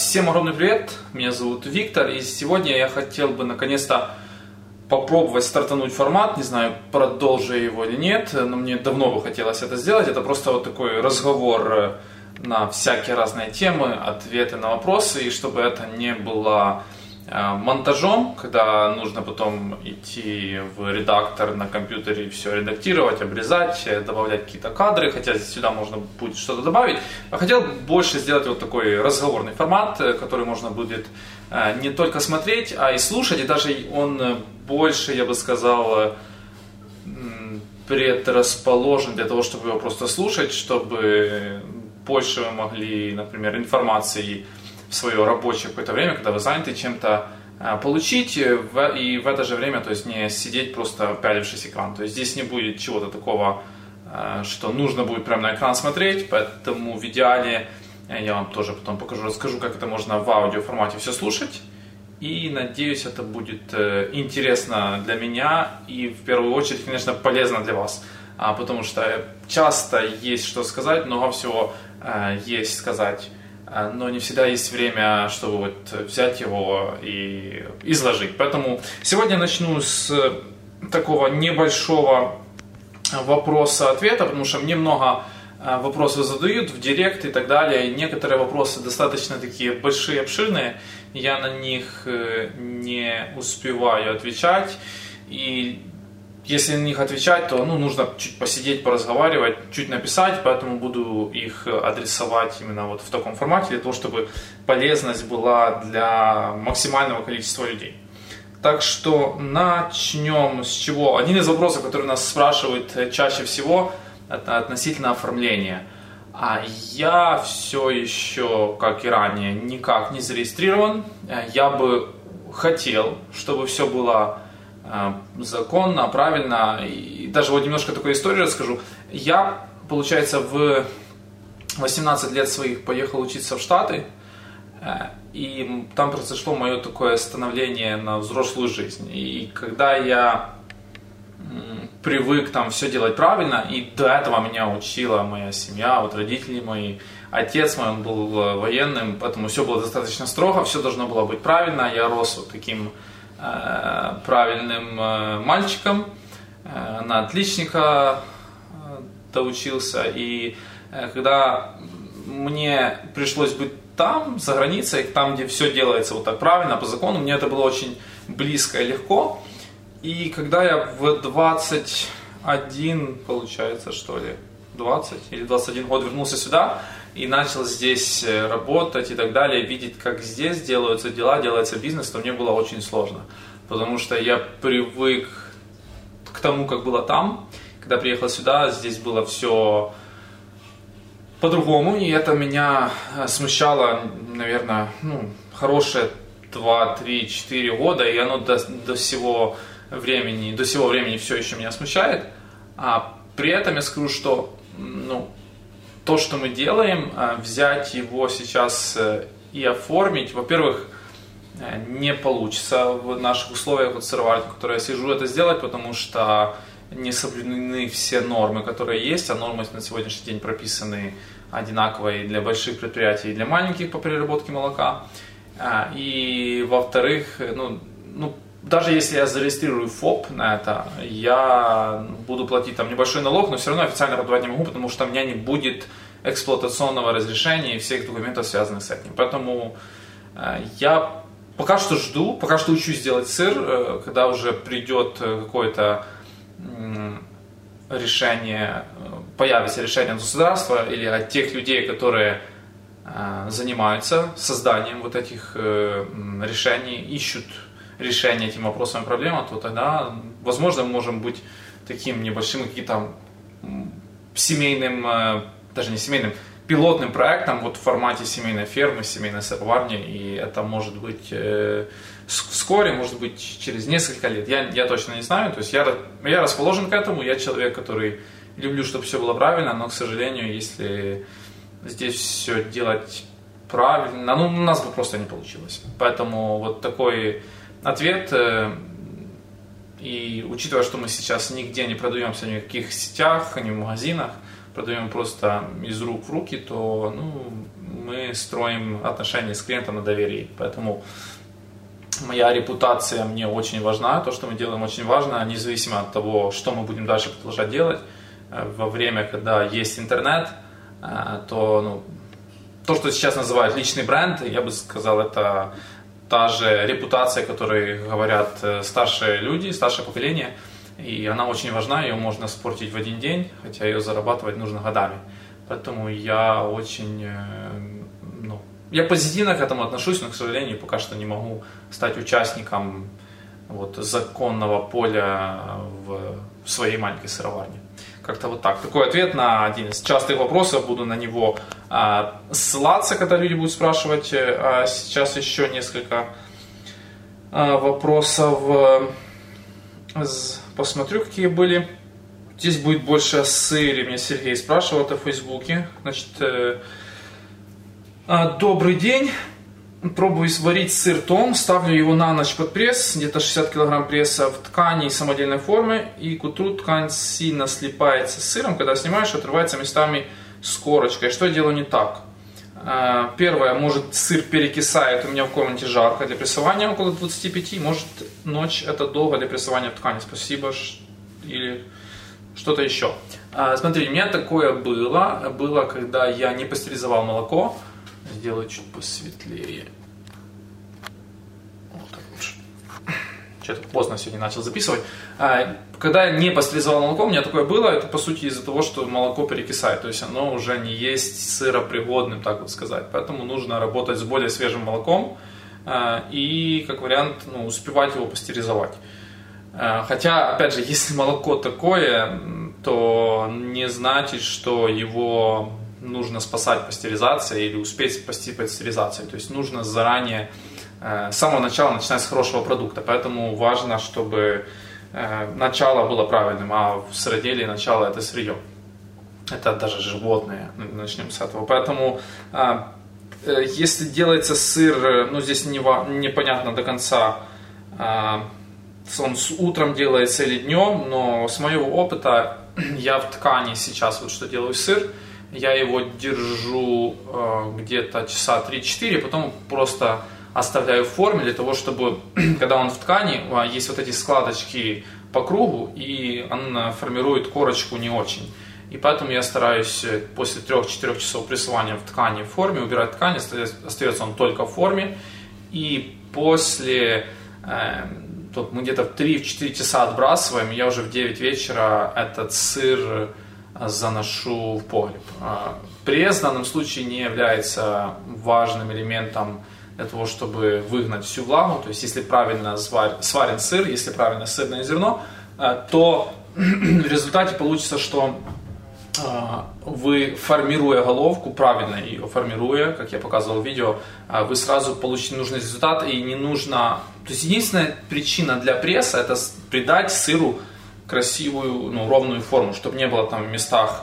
Всем огромный привет, меня зовут Виктор, и сегодня я хотел бы наконец-то попробовать стартануть формат, не знаю, продолжу его или нет, но мне давно бы хотелось это сделать. Это просто вот такой разговор на всякие разные темы, ответы на вопросы, и чтобы это не было монтажом, когда нужно потом идти в редактор на компьютере и все редактировать, обрезать, добавлять какие-то кадры, хотя сюда можно будет что-то добавить. Я хотел больше сделать вот такой разговорный формат, который можно будет не только смотреть, а и слушать, и даже он больше, я бы сказал, предрасположен для того, чтобы его просто слушать, чтобы больше вы могли, например, информации в свое рабочее какое-то время, когда вы заняты чем-то, получить, и в это же время, то есть не сидеть просто пялившись экран. То есть здесь не будет чего-то такого, что нужно будет прямо на экран смотреть, поэтому в идеале я вам тоже потом покажу, расскажу, как это можно в аудиоформате все слушать. И надеюсь, это будет интересно для меня и в первую очередь, конечно, полезно для вас. Потому что часто есть что сказать, много всего есть сказать, но не всегда есть время, чтобы вот взять его и изложить. Поэтому сегодня я начну с такого небольшого вопроса-ответа, потому что мне много вопросов задают в директ и так далее. И некоторые вопросы достаточно такие большие, обширные, я на них не успеваю отвечать. И если на них отвечать, то нужно чуть посидеть, поразговаривать, чуть написать, поэтому буду их адресовать именно вот в таком формате, для того, чтобы полезность была для максимального количества людей. Так что начнем с чего? Один из вопросов, который нас спрашивают чаще всего, это относительно оформления. А я все еще, как и ранее, никак не зарегистрирован. Я бы хотел, чтобы все было законно, правильно. И даже вот немножко такой истории расскажу. Я, получается, в 18 лет своих поехал учиться в Штаты, и там произошло мое такое становление на взрослую жизнь. И когда я привык там все делать правильно, и до этого меня учила моя семья, вот родители мои, отец мой, он был военным, поэтому все было достаточно строго, все должно было быть правильно. Я рос вот таким правильным мальчиком, на отличника доучился, и когда мне пришлось быть там, за границей, там, где все делается вот так правильно, по закону, мне это было очень близко и легко. И когда я в 21, получается, что ли, 20 или 21 год вернулся сюда и начал здесь работать и так далее, видеть, как здесь делаются дела, делается бизнес, то мне было очень сложно. Потому что я привык к тому, как было там. Когда приехал сюда, здесь было все по-другому, и это меня смущало, наверное, хорошие 2, 3, 4 года, и оно до сего времени все еще меня смущает. А при этом я скажу, что то, что мы делаем, взять его сейчас и оформить, во-первых, не получится в наших условиях, вот сыроварни, в которой я сижу, это сделать, потому что не соблюдены все нормы, которые есть, а нормы на сегодняшний день прописаны одинаково и для больших предприятий, и для маленьких по переработке молока. И во-вторых, даже если я зарегистрирую ФОП на это, я буду платить там небольшой налог, но все равно официально продавать не могу, потому что у меня не будет эксплуатационного разрешения и всех документов, связанных с этим. Поэтому я пока что жду, пока что учусь делать сыр, когда уже придет какое-то решение, появится решение от государства или от тех людей, которые занимаются созданием вот этих решений, ищут решение этим вопросам и проблемам, то тогда, возможно, мы можем быть таким небольшим каким-то семейным, даже не семейным, пилотным проектом вот в формате семейной фермы, семейной сыроварни, и это может быть вскоре, может быть через несколько лет, я точно не знаю, то есть я расположен к этому, я человек, который люблю, чтобы все было правильно, но, к сожалению, если здесь все делать правильно, у нас бы просто не получилось. Поэтому вот такой ответ, и учитывая, что мы сейчас нигде не продаемся ни в каких сетях, ни в магазинах, продаем просто из рук в руки, то мы строим отношения с клиентом на доверии. Поэтому моя репутация мне очень важна, то, что мы делаем, очень важно, независимо от того, что мы будем дальше продолжать делать. Во время, когда есть интернет, то что сейчас называют личный бренд, я бы сказал, это та же репутация, о которой говорят старшие люди, старшее поколение. И она очень важна, ее можно испортить в один день, хотя ее зарабатывать нужно годами. Поэтому я очень, я позитивно к этому отношусь, но, к сожалению, пока что не могу стать участником законного поля в своей маленькой сыроварне. Как-то вот так. Такой ответ на один из частых вопросов. Буду на него ссылаться, когда люди будут спрашивать. А сейчас еще несколько вопросов. Посмотрю, какие были. Здесь будет больше о сыре. Меня Сергей спрашивал это в Фейсбуке. Значит, добрый день. Пробую сварить сыр том, ставлю его на ночь под пресс, где-то 60 кг пресса в ткани самодельной формы, и к утру ткань сильно слипается с сыром, когда снимаешь, отрывается местами с корочкой. Что я делаю не так? Первое, может сыр перекисает, у меня в комнате жарко для прессования, около 25, может ночь это долго для прессования в ткани, спасибо, или что-то еще. Смотрите, у меня такое было, когда я не пастеризовал молоко. Сделаю чуть посветлее. Вот так лучше. Что-то поздно сегодня начал записывать. Когда я не пастеризовал молоко, у меня такое было, это по сути из-за того, что молоко перекисает. То есть оно уже не есть сыропригодным, так вот сказать. Поэтому нужно работать с более свежим молоком и, как вариант, успевать его пастеризовать. Хотя, опять же, если молоко такое, то не значит, что его нужно спасать пастеризацией или успеть спасти пастеризацией. То есть нужно заранее, с самого начала начинать с хорошего продукта. Поэтому важно, чтобы начало было правильным, а в сыроделии начало это сырье. Это даже животные, начнем с этого. Поэтому если делается сыр, здесь непонятно до конца, он утром делается или днем, но с моего опыта я в ткани сейчас что делаю сыр, я его держу где-то часа 3-4, потом просто оставляю в форме для того, чтобы, когда он в ткани, есть эти складочки по кругу, и он формирует корочку не очень. И поэтому я стараюсь после 3-4 часов прессования в ткани в форме убирать ткань, остается он только в форме. И после, мы где-то в 3-4 часа отбрасываем, я уже в 9 вечера этот сыр заношу в погреб. Пресс в данном случае не является важным элементом для того, чтобы выгнать всю влагу. То есть, если правильно сварен сыр, если правильно сырное зерно, то в результате получится, что вы, формируя головку, правильно ее формируя, как я показывал в видео, вы сразу получите нужный результат, и не нужно... То есть, единственная причина для пресса – это придать сыру красивую, ровную форму, чтобы не было там в местах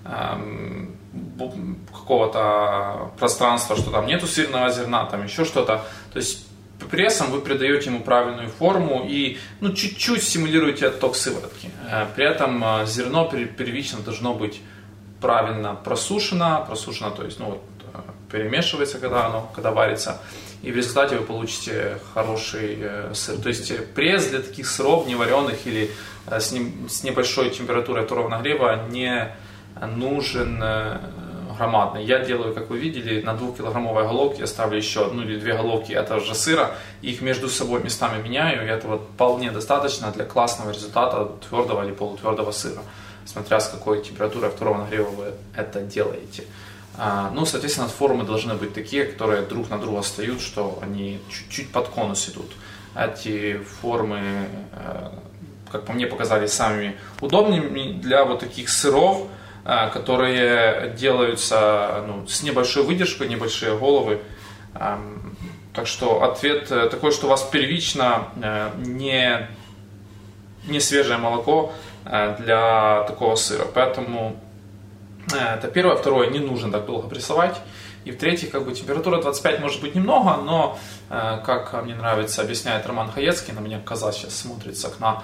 какого-то пространства, что там нету сырного зерна, там еще что-то. То есть прессом вы придаете ему правильную форму и чуть-чуть стимулируете отток сыворотки. При этом зерно первично должно быть правильно просушено, то есть перемешивается, когда варится, и в результате вы получите хороший сыр. То есть пресс для таких сыров невареных или с небольшой температурой второго нагрева не нужен громадный. Я делаю, как вы видели, на 2-килограммовой головке я ставлю еще 1 или 2 головки этого же сыра, их между собой местами меняю, и этого вполне достаточно для классного результата твердого или полутвердого сыра, смотря с какой температурой второго нагрева вы это делаете. Соответственно, формы должны быть такие, которые друг на друга встают, что они чуть-чуть под конус идут. Эти формы, как по мне, показались самыми удобными для таких сыров, которые делаются с небольшой выдержкой, небольшие головы. Так что ответ такой, что у вас первично не свежее молоко для такого сыра. Поэтому это первое. Второе, не нужно так долго прессовать. И в-третьих, температура 25 может быть немного, но, как мне нравится, объясняет Роман Хаецкий, на меня коза сейчас смотрит с окна.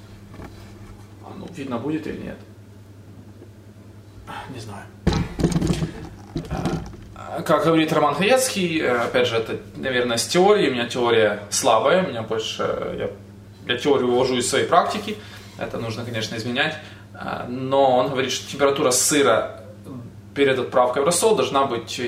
Видно будет или нет? Не знаю. как говорит Роман Хаецкий, опять же, это, наверное, с теорией. У меня теория слабая, у меня больше... Я теорию вывожу из своей практики. Это нужно, конечно, изменять. Но он говорит, что температура сыра перед отправкой в рассол должна быть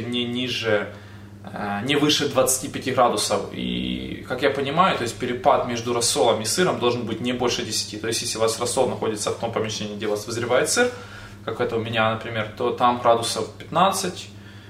не выше 25 градусов. И, как я понимаю, то есть перепад между рассолом и сыром должен быть не больше 10. То есть, если у вас рассол находится в том помещении, где у вас вызревает сыр, как это у меня, например, то там градусов 15,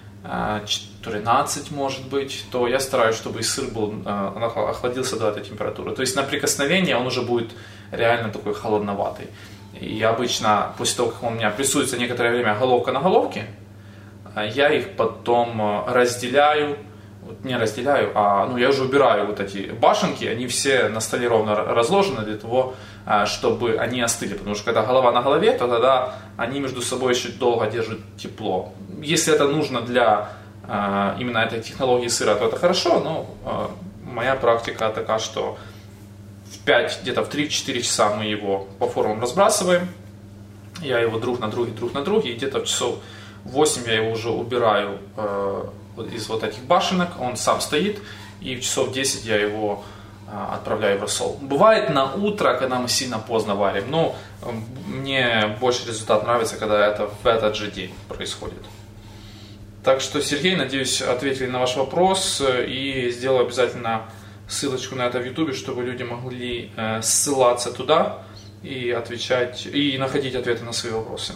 13, может быть, то я стараюсь, чтобы и сыр охладился до этой температуры. То есть на прикосновение он уже будет реально такой холодноватый. И обычно, после того, как у меня прессуется некоторое время головка на головке, я их потом разделяю, не разделяю, я уже убираю вот эти башенки, они все на столе ровно разложены для того, чтобы они остыли, потому что когда голова на голове, то тогда они между собой еще долго держат тепло. Если это нужно для именно этой технологии сыра, то это хорошо, но моя практика такая, что где-то в 3-4 часа мы его по формам разбрасываем, я его друг на друге, и где-то в часов 8 я его уже убираю из вот этих башенок, он сам стоит, и в часов 10 я его отправляю в рассол. Бывает на утро, когда мы сильно поздно варим, но мне больше результат нравится, когда это в этот же день происходит. Так что, Сергей, надеюсь, ответили на ваш вопрос, и сделаю обязательно ссылочку на это в YouTube, чтобы люди могли ссылаться туда и отвечать, и находить ответы на свои вопросы.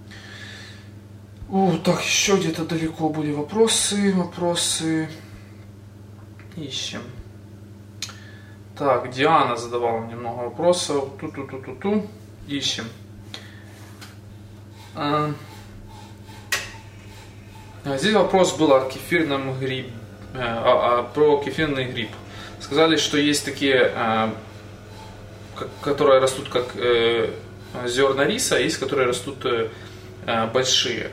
Так, еще где-то далеко были вопросы. Ищем. Так, Диана задавала мне много вопросов. Ищем. Здесь вопрос был о кефирном грибе, про кефирный гриб. Сказали, что есть такие, которые растут как зерна риса, а есть, которые растут большие.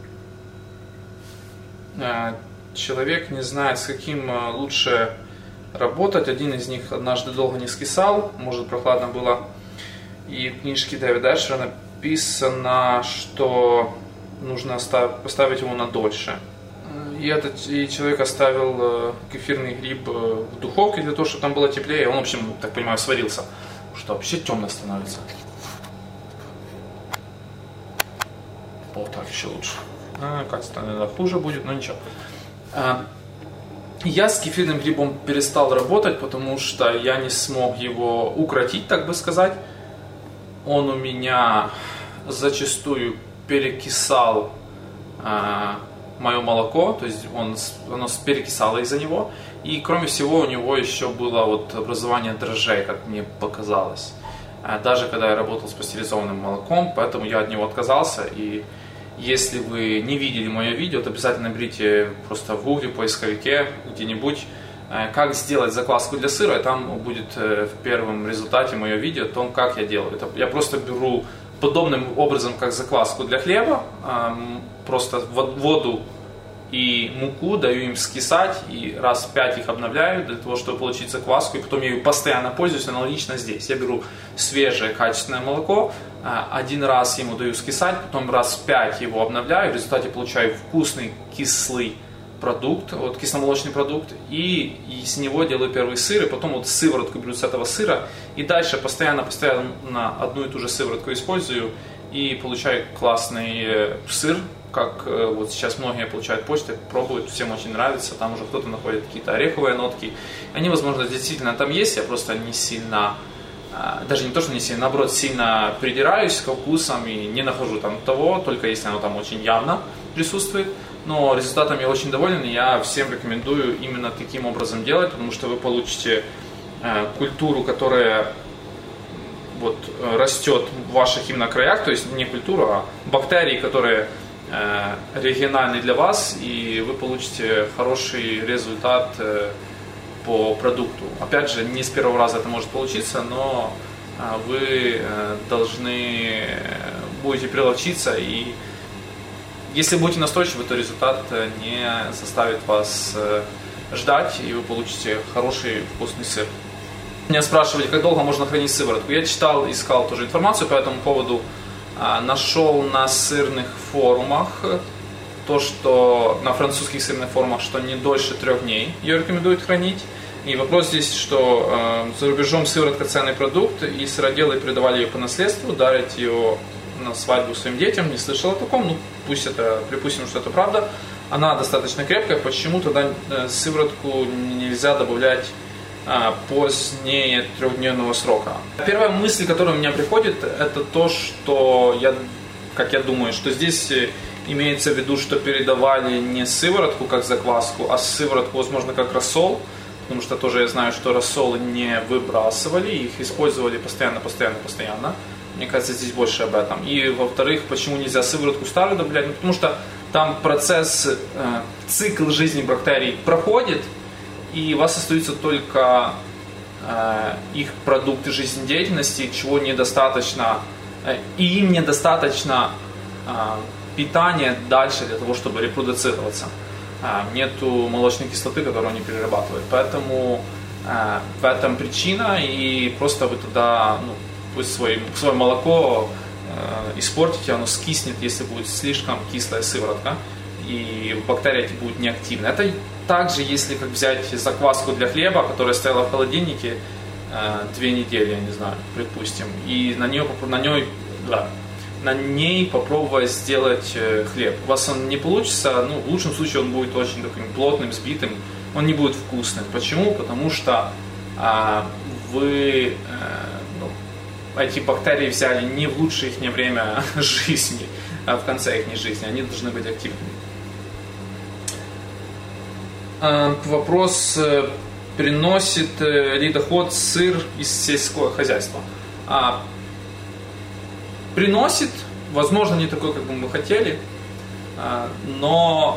Человек не знает, с каким лучше работать. Один из них однажды долго не скисал, может, прохладно было. И в книжке Дэвида Эшера написано, что нужно поставить его на дольше. И человек оставил кефирный гриб в духовке для того, чтобы там было теплее. Он, в общем, так понимаю, сварился. Что вообще темно становится. Вот так еще лучше. Качество, наверное, хуже будет, но ничего. Я с кефирным грибом перестал работать, потому что я не смог его укротить, так бы сказать. Он у меня зачастую перекисал мое молоко, то есть оно перекисало из-за него. И кроме всего у него еще было вот образование дрожжей, как мне показалось. Даже когда я работал с пастеризованным молоком, поэтому я от него отказался. И если вы не видели мое видео, то обязательно наберите просто в Google, в поисковике где-нибудь, как сделать закваску для сыра, и там будет в первом результате мое видео о том, как я делаю. Я просто беру подобным образом, как закваску для хлеба, просто воду и муку даю им скисать, и раз в 5 их обновляю для того, чтобы получить закваску, и потом я ее постоянно пользуюсь, аналогично здесь. Я беру свежее качественное молоко, один раз ему даю скисать, потом раз в 5 его обновляю, в результате получаю вкусный кислый продукт, вот кисломолочный продукт, и из него делаю первый сыр, и потом вот сыворотку беру с этого сыра, и дальше постоянно одну и ту же сыворотку использую, и получаю классный сыр, как вот сейчас многие получают почту, пробуют, всем очень нравится, там уже кто-то находит какие-то ореховые нотки. Они, возможно, действительно там есть, я просто не сильно, даже не то, что не сильно, наоборот, сильно придираюсь к вкусам и не нахожу там того, только если оно там очень явно присутствует. Но результатом я очень доволен, и я всем рекомендую именно таким образом делать, потому что вы получите культуру, которая вот растет в ваших именно краях, то есть не культуру, а бактерии, которые региональный для вас, и вы получите хороший результат по продукту. Опять же, не с первого раза это может получиться, но вы будете приловчиться, и если будете настойчивы, то результат не заставит вас ждать, и вы получите хороший вкусный сыр. Меня спрашивали, как долго можно хранить сыворотку. Я искал тоже информацию по этому поводу. Нашел на сырных форумах то, что на французских сырных формах, что не дольше 3 дней ее рекомендуют хранить. И вопрос здесь, что за рубежом сыворотка ценный продукт, и сыроделы передавали ее по наследству, дарят ее на свадьбу своим детям. Не слышал о таком, ну пусть это, припустим, что это правда. Она достаточно крепкая, почему тогда сыворотку нельзя добавлять позднее 3-дневного срока? Первая мысль, которая у меня приходит, это то, что как я думаю, что здесь имеется в виду, что передавали не сыворотку как закваску, а сыворотку, возможно, как рассол, потому что тоже я знаю, что рассолы не выбрасывали, их использовали постоянно. Мне кажется, здесь больше об этом. И во-вторых, почему нельзя сыворотку старую добавлять? Ну, потому что там процесс, цикл жизни бактерий проходит, и у вас остаются только их продукты жизнедеятельности, чего недостаточно, и им недостаточно питания дальше для того, чтобы репродуцироваться. Нету молочной кислоты, которую они перерабатывают. Поэтому в этом причина, и просто вы тогда вы свое молоко испортите, оно скиснет, если будет слишком кислая сыворотка, и бактерии эти будут неактивны. Это также, если как взять закваску для хлеба, которая стояла в холодильнике 2 недели, я не знаю, предположим, и на ней попробовать сделать хлеб. У вас он не получится, в лучшем случае он будет очень таким плотным, сбитым, он не будет вкусным. Почему? Потому что вы эти бактерии взяли не в лучшее их время жизни, а в конце их жизни. Они должны быть активными. Вопрос, приносит ли доход сыр из сельского хозяйства? Приносит, возможно, не такой, как бы мы хотели, но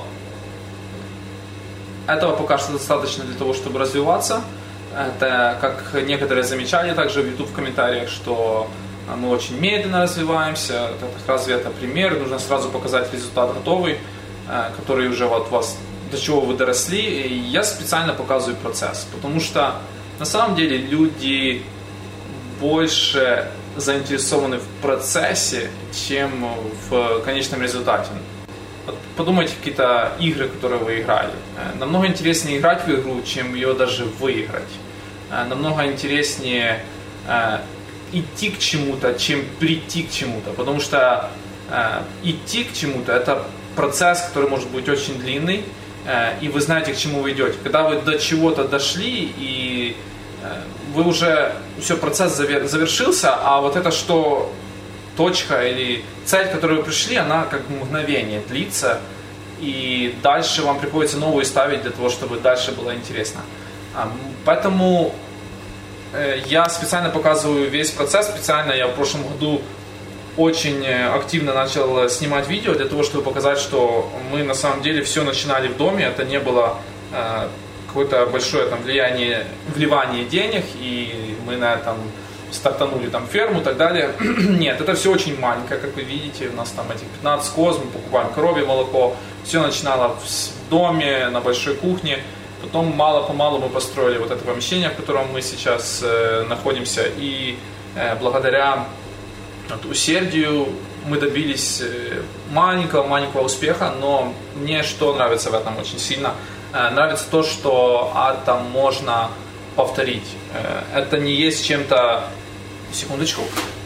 этого пока что достаточно для того, чтобы развиваться. Это, как некоторые замечали также в YouTube в комментариях, что мы очень медленно развиваемся. Это разве это пример? Нужно сразу показать результат готовый, который уже вот вас, до чего вы доросли. И я специально показываю процесс, потому что на самом деле люди больше заинтересованы в процессе, чем в конечном результате. Вот подумайте, какие-то игры, которые вы играли. Намного интереснее играть в игру, чем ее даже выиграть. Намного интереснее идти к чему-то, чем прийти к чему-то. Потому что идти к чему-то – это процесс, который может быть очень длинный, и вы знаете, к чему вы идете. Когда вы до чего-то дошли, и вы уже, все, процесс завершился, а вот это что, точка или цель, к которой вы пришли, она как мгновение длится, и дальше вам приходится новую ставить для того, чтобы дальше было интересно. Поэтому я специально показываю весь процесс, специально я в прошлом году очень активно начал снимать видео для того, чтобы показать, что мы на самом деле все начинали в доме, это не было какое-то большое там вливание денег, и мы на этом стартанули там ферму и так далее. Нет, это все очень маленькое, как вы видите, у нас там этих 15 коз, мы покупаем коровье молоко, все начинало в доме, на большой кухне, потом мало-помалу мы построили вот это помещение, в котором мы сейчас находимся, и благодаря усердию мы добились маленького успеха, но мне что нравится в этом очень сильно, нравится то, что это можно повторить. Это не есть чем-то... Секундочку.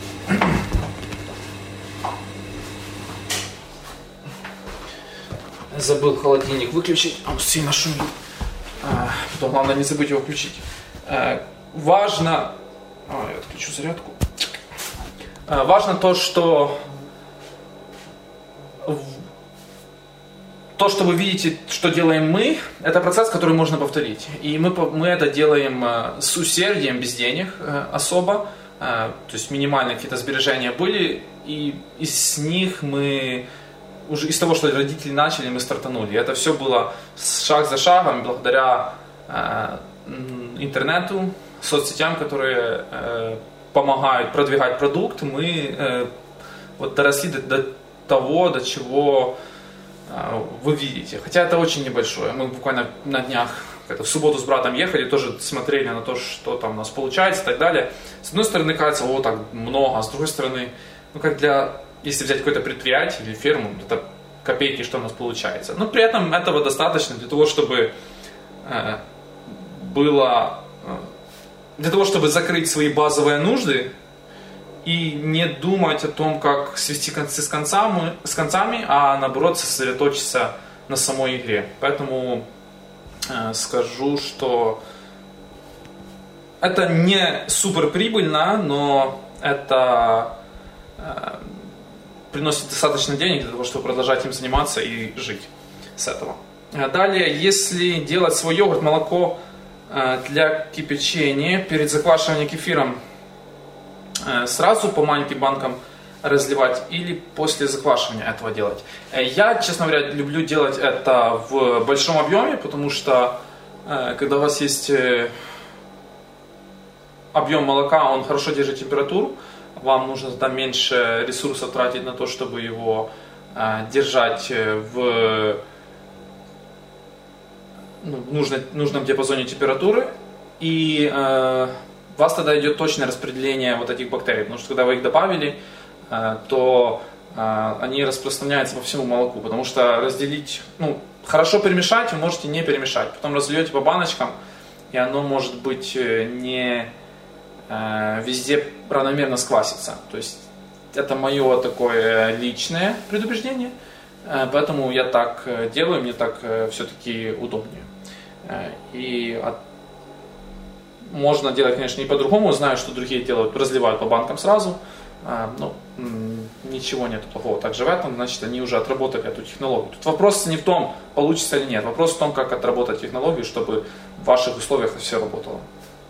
Забыл холодильник выключить, он сильно шумит. Потом главное не забыть его включить. Важно... Я отключу зарядку. Важно то, что вы видите, что делаем мы, это процесс, который можно повторить. И мы это делаем с усердием, без денег особо. То есть минимальные какие-то сбережения были, и из них мы, уже из того, что родители начали, мы стартанули. Это все было шаг за шагом, благодаря интернету, соцсетям, которые помогают продвигать продукт, мы вот доросли до того, до чего вы видите. Хотя это очень небольшое. Мы буквально на днях, в субботу с братом ехали, тоже смотрели на то, что там у нас получается и так далее. С одной стороны, кажется, так много, а с другой стороны, если взять какое-то предприятие или ферму, это копейки, что у нас получается. Но при этом этого достаточно для того, чтобы закрыть свои базовые нужды и не думать о том, как свести концы с концами, а наоборот сосредоточиться на самой игре. Поэтому скажу, что это не супер прибыльно, но это приносит достаточно денег для того, чтобы продолжать им заниматься и жить с этого. Далее, если делать свой йогурт, молоко для кипячения, перед заквашиванием кефиром сразу по маленьким банкам разливать или после заквашивания этого делать. Я, честно говоря, люблю делать это в большом объеме, потому что когда у вас есть объем молока, он хорошо держит температуру, вам нужно там меньше ресурсов тратить на то, чтобы его держать в нужном диапазоне температуры, и у вас тогда идет точное распределение вот этих бактерий, потому что когда вы их добавили, то они распространяются по всему молоку, потому что разделить, хорошо перемешать вы можете не перемешать, потом разольете по баночкам, и оно может быть не везде равномерно сквасится. То есть это мое такое личное предубеждение, поэтому я так делаю, мне так все-таки удобнее. И можно делать, конечно, и по-другому, знаю, что другие делают, разливают по банкам сразу, но ничего нет плохого также в этом, значит, они уже отработали эту технологию. Тут вопрос не в том, получится или нет, вопрос в том, как отработать технологию, чтобы в ваших условиях это все работало.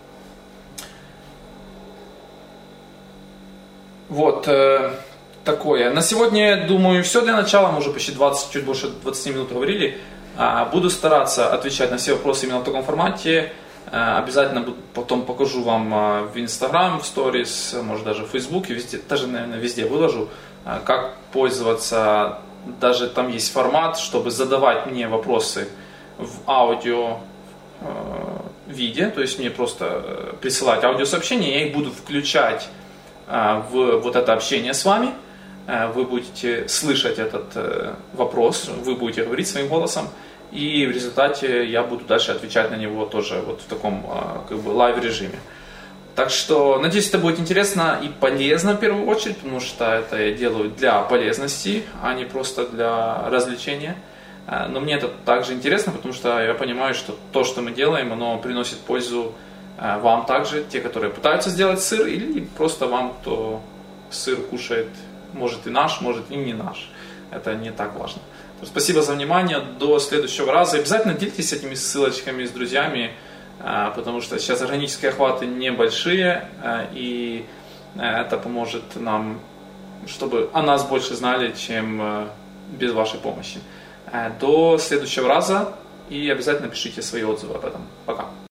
Вот такое. На сегодня, думаю, все для начала. Мы уже почти чуть больше 20 минут говорили. Буду стараться отвечать на все вопросы именно в таком формате. Обязательно потом покажу вам в Instagram, в Stories, может даже в Facebook, везде, даже, наверное, везде выложу, как пользоваться. Даже там есть формат, чтобы задавать мне вопросы в аудио виде. То есть мне просто присылать аудиосообщения, я их буду включать в вот это общение с вами, вы будете слышать этот вопрос, вы будете говорить своим голосом, и в результате я буду дальше отвечать на него тоже вот в таком лайв-режиме. Так что, надеюсь, это будет интересно и полезно в первую очередь, потому что это я делаю для полезности, а не просто для развлечения. Но мне это также интересно, потому что я понимаю, что то, что мы делаем, оно приносит пользу вам также, те, которые пытаются сделать сыр, или просто вам, кто сыр кушает, может и наш, может и не наш. Это не так важно. Спасибо за внимание, до следующего раза. Обязательно делитесь этими ссылочками с друзьями, потому что сейчас органические охваты небольшие, и это поможет нам, чтобы о нас больше знали, чем без вашей помощи. До следующего раза, и обязательно пишите свои отзывы об этом. Пока.